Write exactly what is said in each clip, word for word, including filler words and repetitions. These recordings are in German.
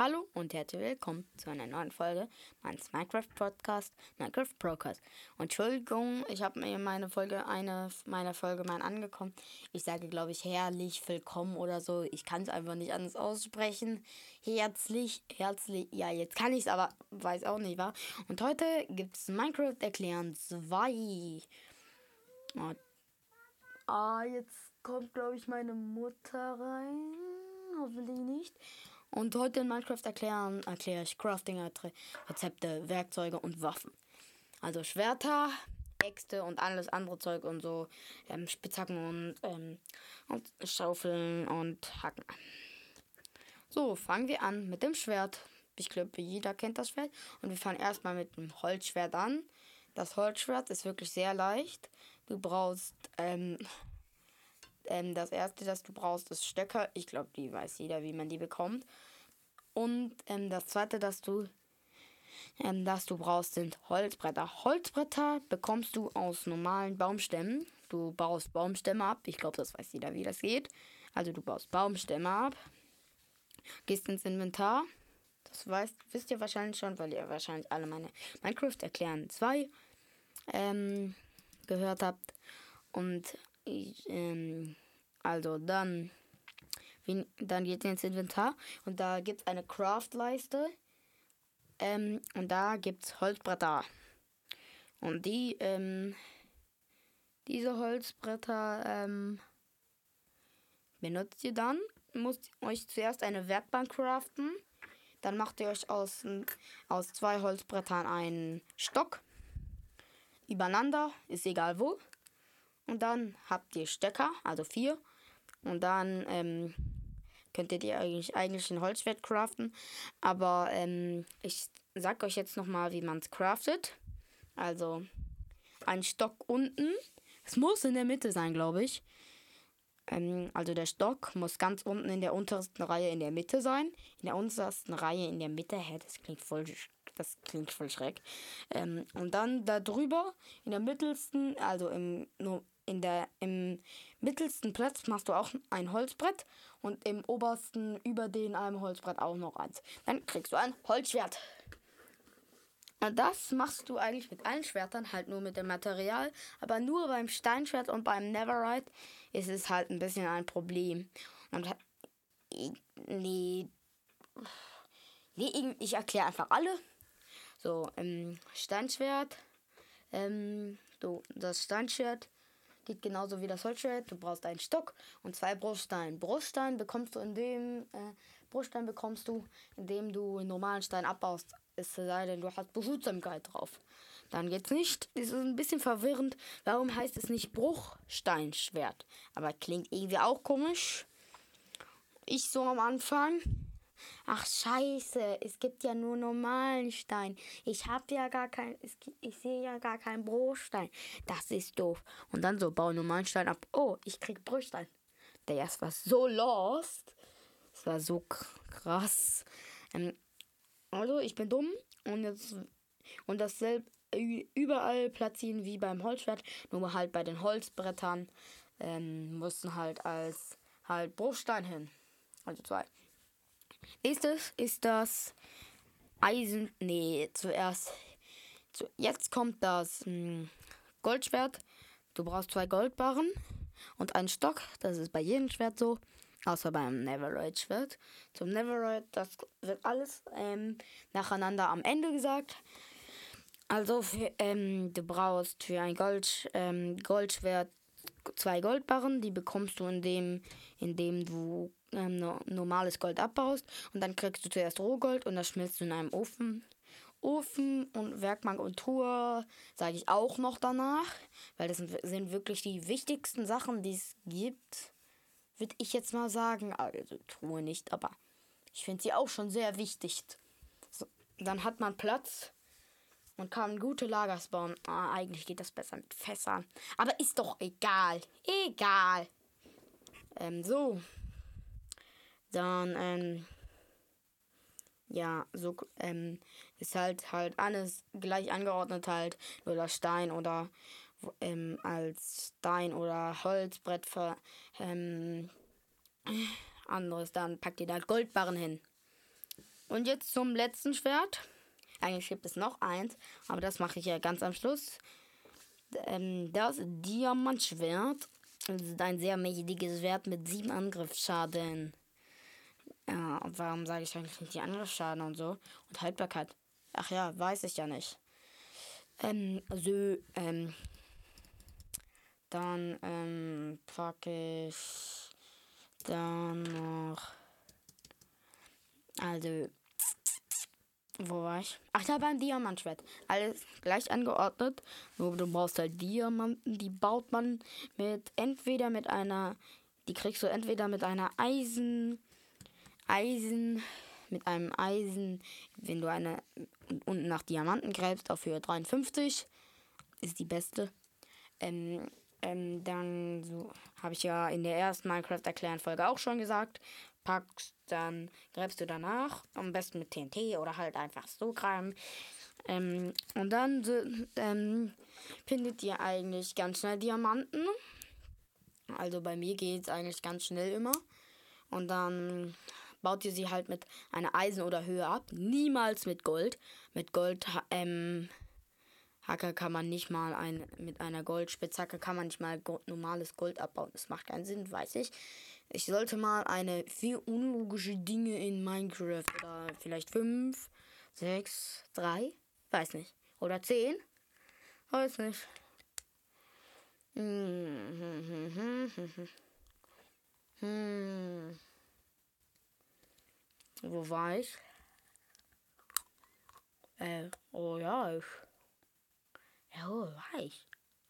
Hallo und herzlich willkommen zu einer neuen Folge meines Minecraft-Podcasts, Minecraft Brokers. Und Entschuldigung, ich habe mir meine Folge, eine meiner Folge mal angekommen. Ich sage, glaube ich, herrlich willkommen oder so. Ich kann es einfach nicht anders aussprechen. Herzlich, herzlich, ja, jetzt kann ich es, aber weiß auch nicht, wa? Und heute gibt es Minecraft Erklären zwei. Und, ah, jetzt kommt, glaube ich, meine Mutter rein. Hoffentlich nicht. Und heute in Minecraft erklären, erkläre ich Crafting-Rezepte, Werkzeuge und Waffen. Also Schwerter, Äxte und alles andere Zeug und so, ähm, Spitzhacken und, ähm, und Schaufeln und Hacken. So, fangen wir an mit dem Schwert. Ich glaube, jeder kennt das Schwert. Und wir fangen erstmal mit dem Holzschwert an. Das Holzschwert ist wirklich sehr leicht. Du brauchst, ähm... Ähm, das erste, das du brauchst, ist Stöcker. Ich glaube, die weiß jeder, wie man die bekommt. Und ähm, das zweite, das du, ähm, das du brauchst, sind Holzbretter. Holzbretter bekommst du aus normalen Baumstämmen. Du baust Baumstämme ab. Ich glaube, das weiß jeder, wie das geht. Also du baust Baumstämme ab, gehst ins Inventar. Das weißt, wisst ihr wahrscheinlich schon, weil ihr wahrscheinlich alle meine Minecraft Erklären zwei ähm, gehört habt. Und ich, ähm, also dann, wie, dann geht ihr ins Inventar und da gibt es eine Craft-Leiste ähm, und da gibt es Holzbretter. Und die, ähm, diese Holzbretter ähm, benutzt ihr dann, müsst euch zuerst eine Werkbank craften, dann macht ihr euch aus, aus zwei Holzbrettern einen Stock, übereinander, ist egal wo. Und dann habt ihr Stöcker, also vier. Und dann ähm, könntet ihr eigentlich, eigentlich ein Holzschwert craften. Aber ähm, ich sag euch jetzt nochmal, wie man es craftet. Also ein Stock unten. Es muss in der Mitte sein, glaube ich. Ähm, also der Stock muss ganz unten in der untersten Reihe in der Mitte sein. In der untersten Reihe in der Mitte. Hä, das klingt voll, das klingt voll schreck. Ähm, und dann da drüber, in der mittelsten, also im nur In der, im mittelsten Platz machst du auch ein Holzbrett und im obersten über den einem Holzbrett auch noch eins. Dann kriegst du ein Holzschwert. Und das machst du eigentlich mit allen Schwertern, halt nur mit dem Material. Aber nur beim Steinschwert und beim Netherite ist es halt ein bisschen ein Problem. Und nee, nee ich erkläre einfach alle. So, ähm, Steinschwert, ähm, so, das Steinschwert geht genauso wie das Holzschwert. Du brauchst einen Stock und zwei Bruchsteine. Bruchstein bekommst du in dem äh, Bruchstein bekommst du, indem du einen normalen Stein abbaust. Es sei denn, du hast Behutsamkeit drauf. Dann geht's nicht. Das ist ein bisschen verwirrend. Warum heißt es nicht Bruchsteinschwert? Aber klingt irgendwie auch komisch. Ich so am Anfang. Ach scheiße, es gibt ja nur normalen Stein. Ich hab ja gar kein, ich sehe ja gar keinen Bruchstein. Das ist doof. Und dann so, baue normalen Stein ab. Oh, ich krieg Bruchstein. Der erst war so lost. Das war so krass. Ähm, also, ich bin dumm. Und jetzt, und dasselbe überall platzieren wie beim Holzschwert. Nur halt bei den Holzbrettern ähm, mussten halt als halt Bruchstein hin. Also zwei. Nächstes ist das Eisen. Nee, zuerst. Zu, jetzt kommt das mh, Goldschwert. Du brauchst zwei Goldbarren und einen Stock. Das ist bei jedem Schwert so. Außer beim Netherite-Schwert. Zum Netherite, das wird alles ähm, nacheinander am Ende gesagt. Also, für, ähm, du brauchst für ein Gold, ähm, Goldschwert zwei Goldbarren. Die bekommst du, indem, indem du ähm, no, normales Gold abbaust. Und dann kriegst du zuerst Rohgold und das schmilzt du in einem Ofen. Ofen und Werkbank und Truhe sage ich auch noch danach. Weil das sind, sind wirklich die wichtigsten Sachen, die es gibt. Würde ich jetzt mal sagen. Also Truhe nicht, aber ich finde sie auch schon sehr wichtig. So, dann hat man Platz und kann gute Lagers bauen. Ah, eigentlich geht das besser mit Fässern. Aber ist doch egal. Egal. Ähm, so. Dann, ähm, ja, so, ähm, ist halt halt alles gleich angeordnet halt. Nur das Stein oder, ähm, als Stein oder Holzbrett für, ähm, anderes. Dann packt ihr da Goldbarren hin. Und jetzt zum letzten Schwert. Eigentlich gibt es noch eins, aber das mache ich ja ganz am Schluss. Ähm, das Diamantschwert. Das ist ein sehr mächtiges Schwert mit sieben Angriffsschaden. Ja, und warum sage ich eigentlich nicht die Angriffsschaden und so? Und Haltbarkeit. Ach ja, weiß ich ja nicht. Ähm, so, ähm, dann, ähm, packe ich dann noch, also, wo war ich? Ach ja, beim Diamantschwert. Alles gleich angeordnet. Nur du brauchst halt Diamanten, die baut man mit, entweder mit einer, die kriegst du entweder mit einer Eisen, Eisen, mit einem Eisen, wenn du eine unten nach Diamanten gräbst, auf Höhe dreiundfünfzig, ist die beste. Ähm, ähm, dann so, habe ich ja in der ersten Minecraft-Erklären-Folge auch schon gesagt, packst, dann gräbst du danach, am besten mit T N T oder halt einfach so graben. Ähm, und dann ähm, findet ihr eigentlich ganz schnell Diamanten. Also bei mir geht es eigentlich ganz schnell immer. Und dann baut ihr sie halt mit einer Eisen oder Höhe ab. Niemals mit Gold. Mit Gold, ähm, Hacke kann man nicht mal ein, mit einer Goldspitzhacke kann man nicht mal go- normales Gold abbauen. Das macht keinen Sinn, weiß ich. Ich sollte mal eine vier unlogische Dinge in Minecraft oder vielleicht fünf, sechs, drei, weiß nicht. Oder zehn, weiß nicht. Hm, hm, hm, hm, hm, hm. Hm. Wo war ich? Äh, oh ja, ich. Ja, wo war ich?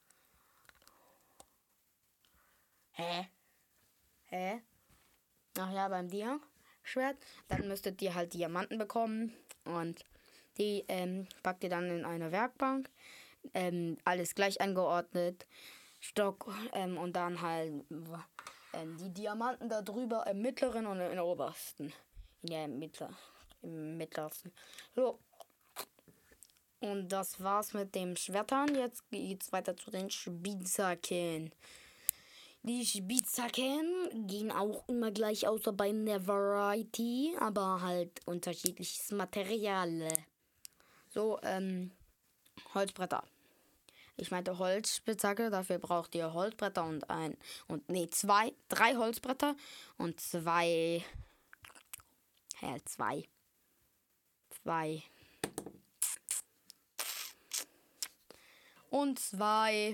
Hä? Hä? Ach ja, beim Dia-Schwert. Dann müsstet ihr halt Diamanten bekommen. Und die ähm, packt ihr dann in eine Werkbank. Ähm, alles gleich angeordnet. Stock ähm, und dann halt ähm, die Diamanten da drüber im mittleren und im obersten. In der Mittler, im mittlersten. So. Und das war's mit dem Schwertern. Jetzt geht's weiter zu den Spitzhacken. Die Spitzhacken gehen auch immer gleich, außer bei der Variety, aber halt unterschiedliches Material. So, ähm, Holzbretter. Ich meinte Holzspitzhacke, dafür braucht ihr Holzbretter und ein, und nee, zwei, drei Holzbretter und zwei, ja, zwei, zwei und zwei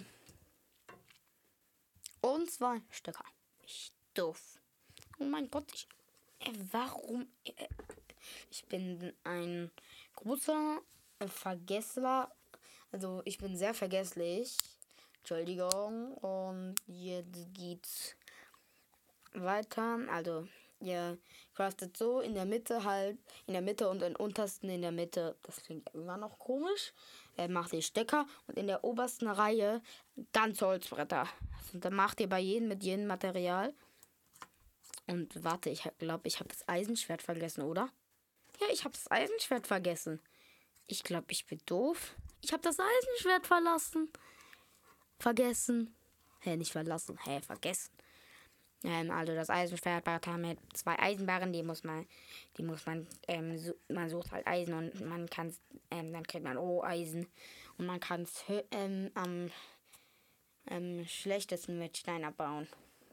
und zwei Stöcker. Ich doof. Oh mein Gott, ich, äh, warum, äh, ich bin ein großer äh, Vergessler, also ich bin sehr vergesslich. Entschuldigung. Und jetzt geht's weiter. Also, ihr craftet so in der Mitte halt, in der Mitte und den untersten in der Mitte. Das klingt immer noch komisch. Äh, macht ihr Stecker und in der obersten Reihe ganz Holzbretter. Und dann macht ihr bei jedem mit jedem Material. Und warte, ich glaube, ich habe das Eisenschwert vergessen, oder? Ja, ich habe das Eisenschwert vergessen. Ich glaube, ich bin doof. Ich habe das Eisenschwert verlassen. Vergessen. Hä, nicht verlassen. Hä, vergessen. Ähm, also das Eisenschwert mit zwei Eisenbarren, die muss man, die muss man, ähm, so, man sucht halt Eisen und man kann es, ähm, dann kriegt man oh Eisen und man kann es ähm, am ähm, schlechtesten mit Stein abbauen.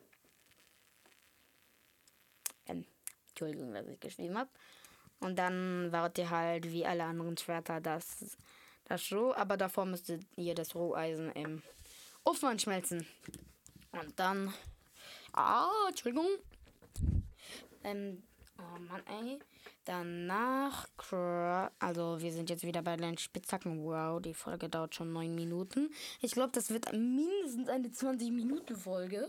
Ähm, Entschuldigung, dass ich geschrieben habe. Und dann baut ihr halt wie alle anderen Schwerter das, das Roh, aber davor müsstet ihr das Roheisen im Ofen anschmelzen. Und dann, ah, Entschuldigung. Ähm, oh Mann, ey. Danach, also wir sind jetzt wieder bei den Spitzhacken. Wow, die Folge dauert schon neun Minuten. Ich glaube, das wird mindestens eine zwanzig-Minuten-Folge.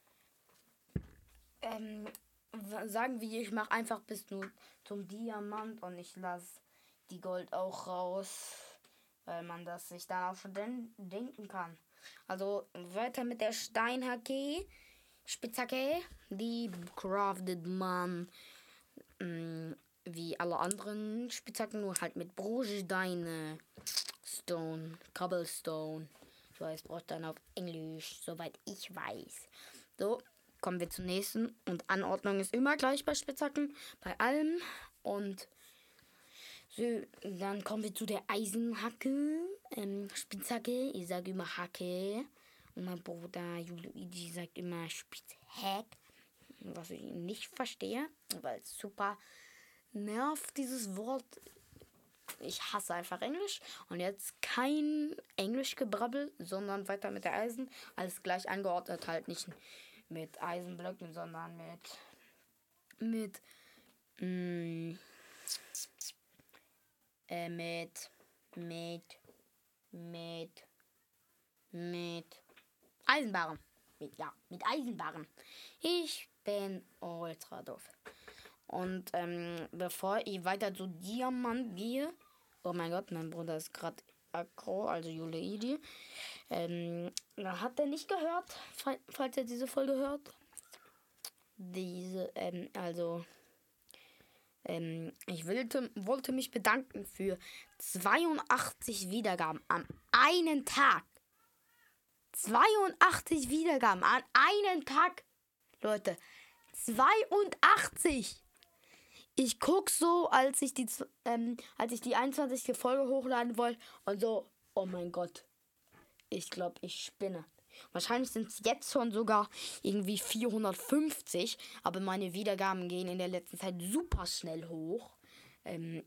Ähm, sagen wir, ich mache einfach bis nur zum Diamant und ich lasse die Gold auch raus, weil man das sich dann auch schon den- denken kann. Also weiter mit der Steinhacke, Spitzhacke, die craftet man mh, wie alle anderen Spitzhacken, nur halt mit Bruchsteine, Stone, Cobblestone. Ich weiß, braucht dann auf Englisch, soweit ich weiß. So, kommen wir zum nächsten. Und Anordnung ist immer gleich bei Spitzhacken, bei allem. Und So, dann kommen wir zu der Eisenhacke. Ähm, Spitzhacke. Ich sage immer Hacke. Und mein Bruder Luigi sagt immer Spitzhack. Was ich nicht verstehe, weil es super nervt, dieses Wort. Ich hasse einfach Englisch. Und jetzt kein Englischgebrabbel, sondern weiter mit der Eisen. Alles gleich angeordnet, halt nicht mit Eisenblöcken, sondern mit mit mh, äh, mit mit mit mit Eisenbarren. Mit, ja, mit Eisenbarren. Ich bin ultra doof. Und ähm, bevor ich weiter zu Diamant gehe, oh mein Gott, mein Bruder ist gerade aggro, also Juleidi. Ähm, hat er nicht gehört, falls er diese Folge hört. Diese, ähm, also, ähm, ich wollte, wollte mich bedanken für zweiundachtzig Wiedergaben am einen Tag. zweiundachtzig Wiedergaben an einem Tag. Leute, zweiundachtzig. Ich guck so, als ich die ähm, als ich die einundzwanzigste Folge hochladen wollte und so, oh mein Gott. Ich glaube, ich spinne. Wahrscheinlich sind es jetzt schon sogar irgendwie vierhundertfünfzig, aber meine Wiedergaben gehen in der letzten Zeit super schnell hoch. Ähm,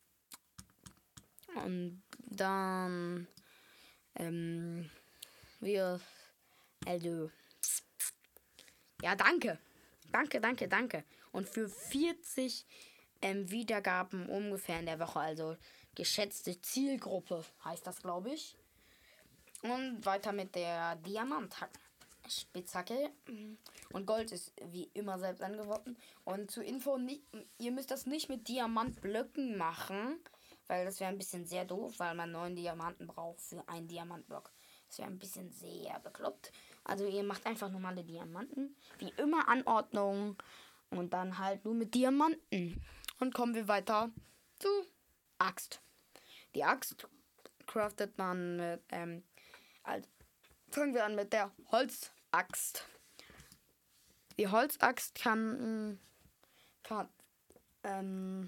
und dann ähm, wir also ja, danke. Danke, danke, danke. Und für vierzig ähm, Wiedergaben ungefähr in der Woche, also geschätzte Zielgruppe heißt das, glaube ich. Und weiter mit der Diamanthacke. Spitzhacke. Und Gold ist wie immer selbst angeworfen. Und zur Info, nicht, ihr müsst das nicht mit Diamantblöcken machen, weil das wäre ein bisschen sehr doof, weil man neun Diamanten braucht für einen Diamantblock. Das wäre ein bisschen sehr bekloppt. Also ihr macht einfach normale Diamanten. Wie immer Anordnung. Und dann halt nur mit Diamanten. Und kommen wir weiter zu Axt. Die Axt craftet man mit, ähm, also fangen wir an mit der Holzaxt. Die Holzaxt kann, kann, ähm,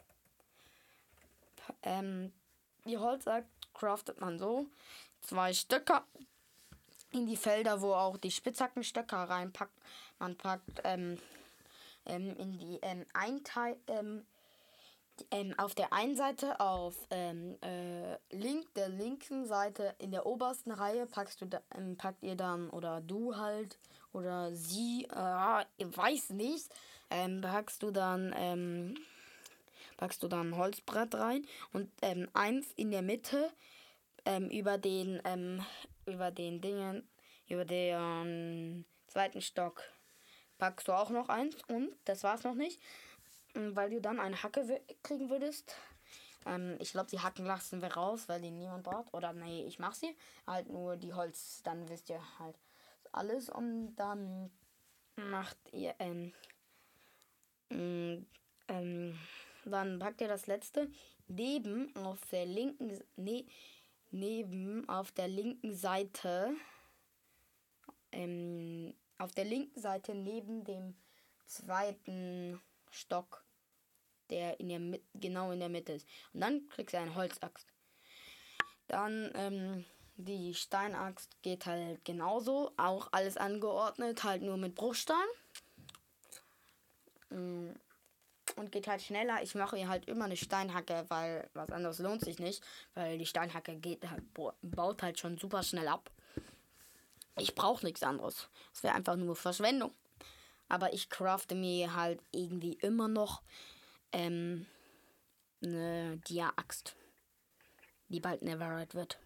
ähm, die Holzaxt craftet man so. Zwei Stöcker in die Felder, wo auch die Spitzhackenstöcker reinpackt. Man packt ähm, ähm, in die ähm, ein Teil, ähm, ähm, auf der einen Seite auf ähm, äh, link der linken Seite in der obersten Reihe packst du da, ähm, packt ihr dann oder du halt oder sie, äh, ich weiß nicht, ähm, packst du dann ähm, packst du dann ein Holzbrett rein und ähm, eins in der Mitte ähm, über den ähm, über den Dingen, über den zweiten Stock packst du auch noch eins und das war's noch nicht, weil du dann eine Hacke w- kriegen würdest. Ähm, ich glaube, die Hacken lassen wir raus, weil die niemand braucht. Oder nee, ich mach sie. Halt nur die Holz, dann wisst ihr halt alles. Und dann macht ihr, ähm, mh, ähm, dann packt ihr das letzte neben auf der linken, ne, neben auf der linken Seite, ähm, auf der linken Seite neben dem zweiten Stock, der in der Mi- genau in der Mitte ist. Und dann kriegst du eine Holzaxt. Dann ähm, die Steinaxt geht halt genauso, auch alles angeordnet, halt nur mit Bruchstein. Mm, Und geht halt schneller. Ich mache ihr halt immer eine Steinhacke, weil was anderes lohnt sich nicht, weil die Steinhacke geht halt, baut halt schon super schnell ab. Ich brauche nichts anderes. Es wäre einfach nur Verschwendung. Aber ich crafte mir halt irgendwie immer noch ähm, eine Dia-Axt, die bald Neverite wird.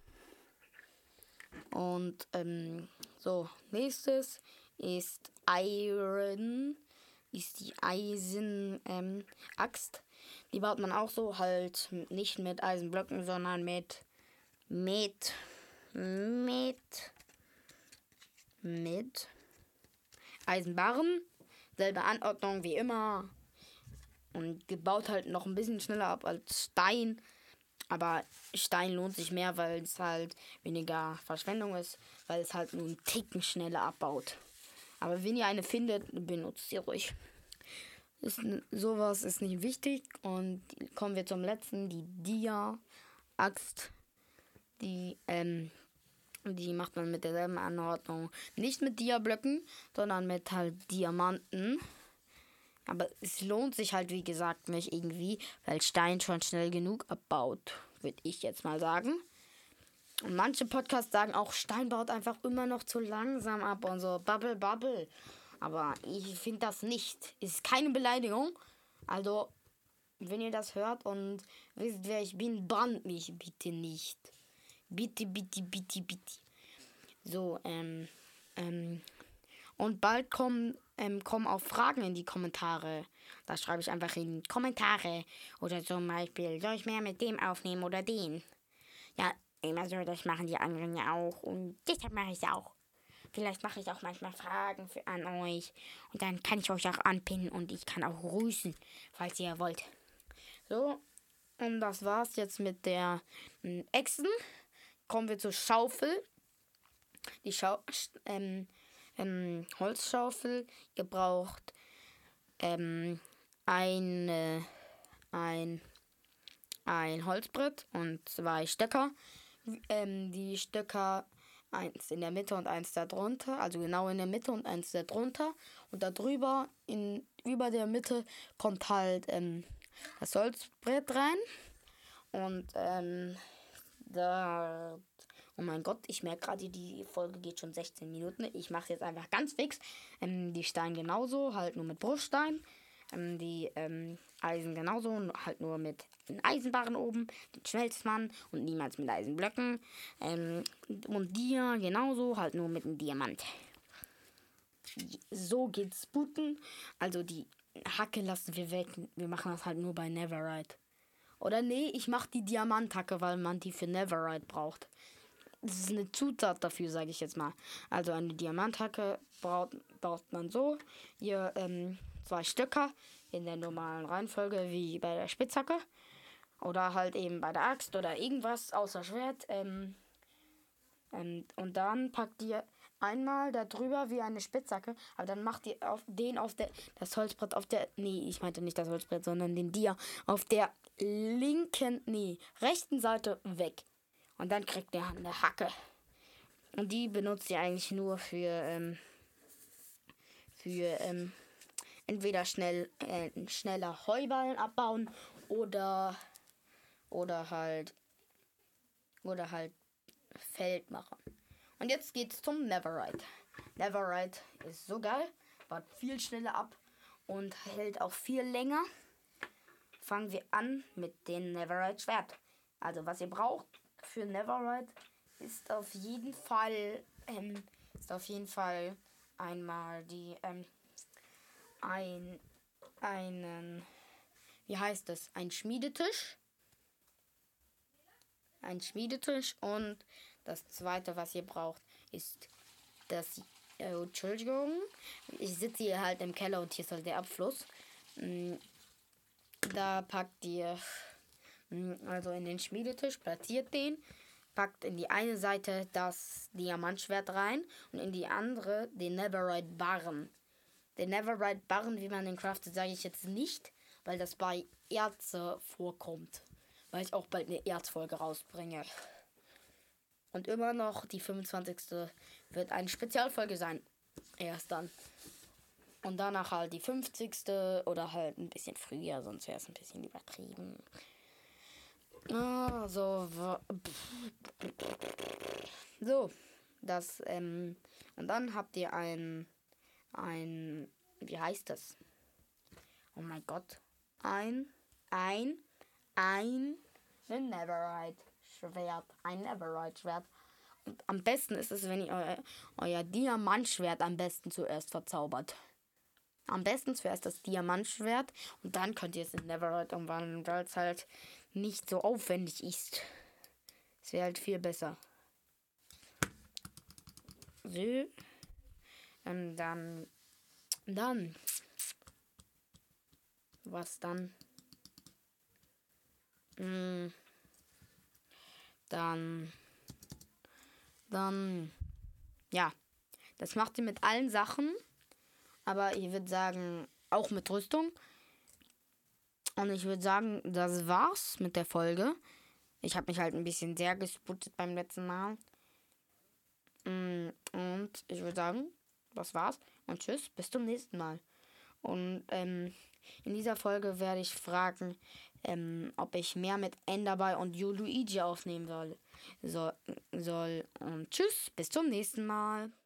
Und ähm, so, nächstes ist Iron, ist die Eisen-Axt. Ähm, die baut man auch so, halt nicht mit Eisenblöcken, sondern mit, mit, mit, mit Eisenbarren. Selbe Anordnung wie immer. Und gebaut halt noch ein bisschen schneller ab als Stein. Aber Stein lohnt sich mehr, weil es halt weniger Verschwendung ist. Weil es halt nur einen Ticken schneller abbaut. Aber wenn ihr eine findet, benutzt sie ruhig. ist, sowas ist nicht wichtig. Und kommen wir zum letzten, die Dia-Axt. Die, ähm, die macht man mit derselben Anordnung. Nicht mit Dia-Blöcken, sondern mit halt Diamanten. Aber es lohnt sich halt, wie gesagt, nicht irgendwie, weil Stein schon schnell genug abbaut, würde ich jetzt mal sagen. Und manche Podcasts sagen auch, Stein baut einfach immer noch zu langsam ab und so, Bubble, Bubble. Aber ich finde das nicht. Ist keine Beleidigung. Also, wenn ihr das hört und wisst, wer ich bin, bannt mich bitte nicht. Bitte, bitte, bitte, bitte. So, ähm, ähm, und bald kommen, ähm, kommen auch Fragen in die Kommentare. Da schreibe ich einfach in Kommentare. Oder zum Beispiel, soll ich mehr mit dem aufnehmen oder den? Ja, immer so, das machen die anderen ja auch. Und deshalb mache ich es auch. Vielleicht mache ich auch manchmal Fragen für, an euch. Und dann kann ich euch auch anpinnen und ich kann auch grüßen, falls ihr wollt. So, und das war's jetzt mit der ähm, Echsen. Kommen wir zur Schaufel. Die Schau ähm, ähm, Holzschaufel. Ihr braucht ähm, eine, ein, ein Holzbrett und zwei Stöcker. Ähm, die Stöcker, eins in der Mitte und eins da drunter, also genau in der Mitte und eins da drunter. Und da drüber, in, über der Mitte, kommt halt ähm, das Holzbrett rein. Und ähm, da, oh mein Gott, ich merke gerade, die Folge geht schon sechzehn Minuten. Ich mache es jetzt einfach ganz fix. Ähm, die Steine genauso, halt nur mit Bruchstein. Ähm, die ähm, Eisen genauso, halt nur mit den Eisenbarren oben. Den schmelzt man und niemals mit Eisenblöcken. Ähm, und Dia genauso, halt nur mit einem Diamant. So geht's booten. Also die Hacke lassen wir weg. Wir machen das halt nur bei Neverite. Oder nee, ich mache die Diamanthacke, weil man die für Neverite braucht. Das ist eine Zutat dafür, sage ich jetzt mal. Also eine Diamanthacke baut, baut man so. Ihr ähm, zwei Stöcker in der normalen Reihenfolge wie bei der Spitzhacke. Oder halt eben bei der Axt oder irgendwas außer Schwert. Ähm, ähm, und dann packt ihr einmal da drüber wie eine Spitzhacke. Aber dann macht ihr auf den auf der, das Holzbrett auf der, nee, ich meinte nicht das Holzbrett, sondern den Dia auf der linken, nee, rechten Seite weg. Und dann kriegt ihr eine Hacke. Und die benutzt ihr eigentlich nur für, ähm, für, ähm, entweder schnell, äh, schneller Heuballen abbauen oder, oder halt, oder halt Feld machen. Und jetzt geht's zum Neverite. Neverite ist so geil, baut viel schneller ab und hält auch viel länger. Fangen wir an mit dem Neverite Schwert. Also was ihr braucht für Neverite ist auf jeden Fall ähm, ist auf jeden Fall einmal die ähm, ein einen wie heißt das ein Schmiedetisch ein Schmiedetisch und das zweite, was ihr braucht, ist das äh, Entschuldigung, ich sitze hier halt im Keller und hier ist halt der Abfluss. Da packt ihr also in den Schmiedetisch, platziert den, packt in die eine Seite das Diamantschwert rein und in die andere den Neverite Barren. Den Neverite Barren, wie man den craftet, sage ich jetzt nicht, weil das bei Erze vorkommt. Weil ich auch bald eine Erzfolge rausbringe. Und immer noch die fünfundzwanzigste wird eine Spezialfolge sein. Erst dann. Und danach halt die fünfzigste oder halt ein bisschen früher, sonst wäre es ein bisschen übertrieben. Ah, so. So, das, ähm, und dann habt ihr ein, ein, wie heißt das? Oh mein Gott. Ein, ein, ein, ein Neverite-Schwert. Ein Neverite-Schwert. Und am besten ist es, wenn ihr euer, euer Diamantschwert am besten zuerst verzaubert. Am besten zuerst das Diamantschwert und dann könnt ihr es in Neverite umwandeln, weil es halt nicht so aufwendig ist. Es wäre halt viel besser. So. Und dann. Dann. Was dann? Hm. Dann. Dann. Ja. Das macht ihr mit allen Sachen. Aber ich würde sagen, auch mit Rüstung. Und ich würde sagen, das war's mit der Folge. Ich habe mich halt ein bisschen sehr gesputtet beim letzten Mal. Mm, Und ich würde sagen, das war's. Und tschüss, bis zum nächsten Mal. Und ähm, in dieser Folge werde ich fragen, ähm, ob ich mehr mit Enderby und Luigi aufnehmen soll. soll. soll. Und tschüss, bis zum nächsten Mal.